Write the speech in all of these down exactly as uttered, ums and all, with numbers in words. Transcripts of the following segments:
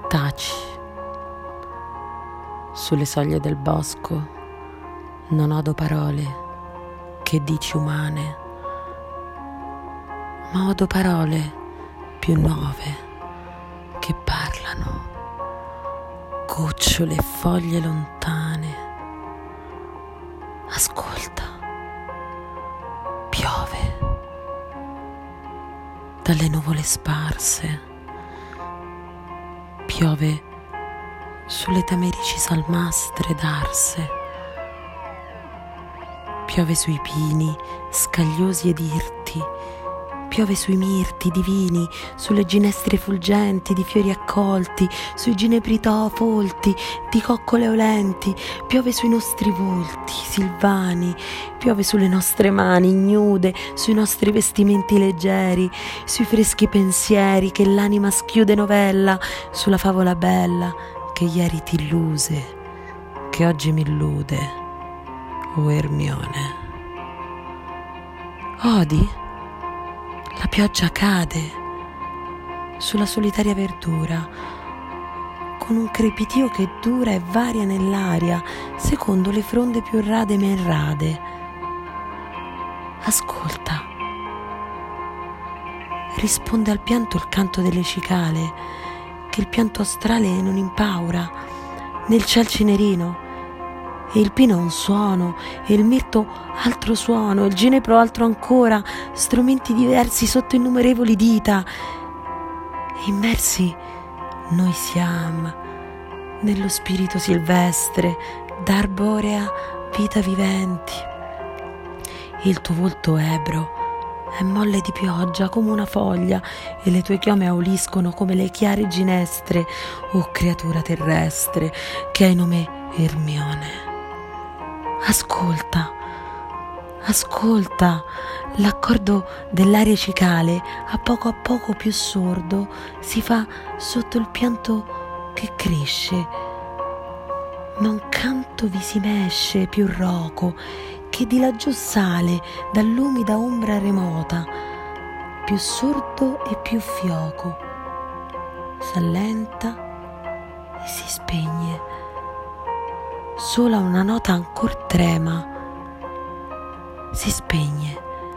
Taci. Sulle soglie del bosco non odo parole che dici umane, ma odo parole più nuove che parlano, gocciole e foglie lontane. Ascolta, piove dalle nuvole sparse, piove sulle tamerici salmastre d'arse, piove sui pini scagliosi ed irti, piove sui mirti divini, sulle ginestre fulgenti di fiori accolti, sui ginepri folti di coccole olenti, piove sui nostri volti silvani, piove sulle nostre mani ignude, sui nostri vestimenti leggeri, sui freschi pensieri che l'anima schiude novella, sulla favola bella che ieri ti illuse, che oggi mi illude. O Ermione, odi? La pioggia cade sulla solitaria verdura con un crepitio che dura e varia nell'aria secondo le fronde più rade men rade. Ascolta, risponde al pianto il canto delle cicale, che il pianto astrale non impaura nel ciel cinerino. E il pino ha un suono, e il mirto altro suono, e il ginepro altro ancora, strumenti diversi sotto innumerevoli dita. E immersi noi siamo nello spirito silvestre d'arborea vita viventi. E il tuo volto ebro è molle di pioggia come una foglia, e le tue chiome auliscono come le chiare ginestre, o creatura terrestre che hai nome Ermione. Ascolta, ascolta, l'accordo dell'aria cicale a poco a poco più sordo si fa sotto il pianto che cresce, ma un canto vi si mesce più roco che di laggiù sale dall'umida ombra remota, più sordo e più fioco, s'allenta e si spegne. Sola una nota ancor trema, si spegne,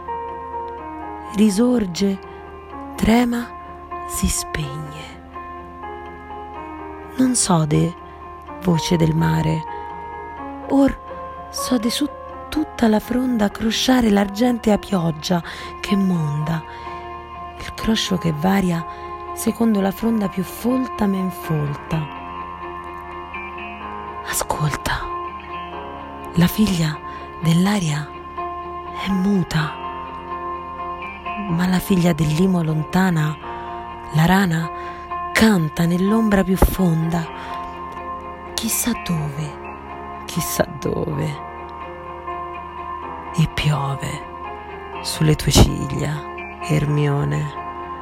risorge, trema, si spegne. Non sode voce del mare, or sode su tutta la fronda crosciare l'argentea pioggia che monda, il croscio che varia secondo la fronda più folta men folta. Ascolta, la figlia dell'aria è muta, ma la figlia dell'imo lontana, la rana, canta nell'ombra più fonda, chissà dove, chissà dove, e piove sulle tue ciglia, Ermione,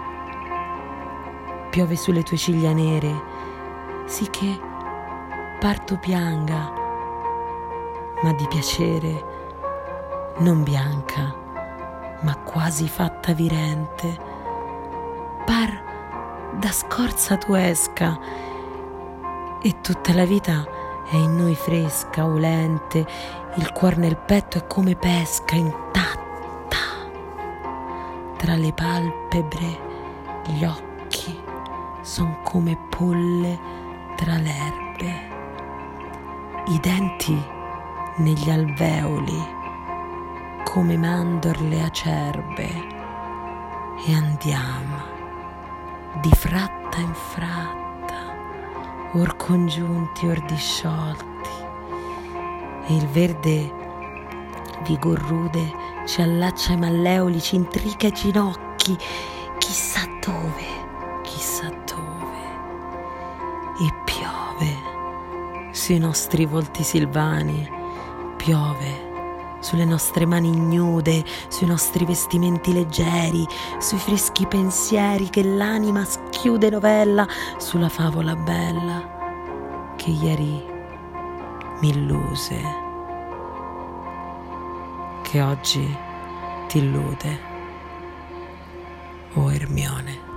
piove sulle tue ciglia nere, sì che parto pianga, ma di piacere, non bianca, ma quasi fatta virente, par da scorza tu esca, e tutta la vita è in noi fresca, olente, il cuor nel petto è come pesca intatta, tra le palpebre gli occhi son come polle tra l'erbe, i denti negli alveoli come mandorle acerbe, e andiamo di fratta in fratta, or congiunti or disciolti, e il verde vigor rude ci allaccia ai malleoli, ci intrica i ginocchi, chissà dove, chissà dove, e piove sui nostri volti silvani, piove sulle nostre mani ignude, sui nostri vestimenti leggeri, sui freschi pensieri che l'anima schiude novella, sulla favola bella che ieri mi illuse, che oggi ti illude, o Ermione.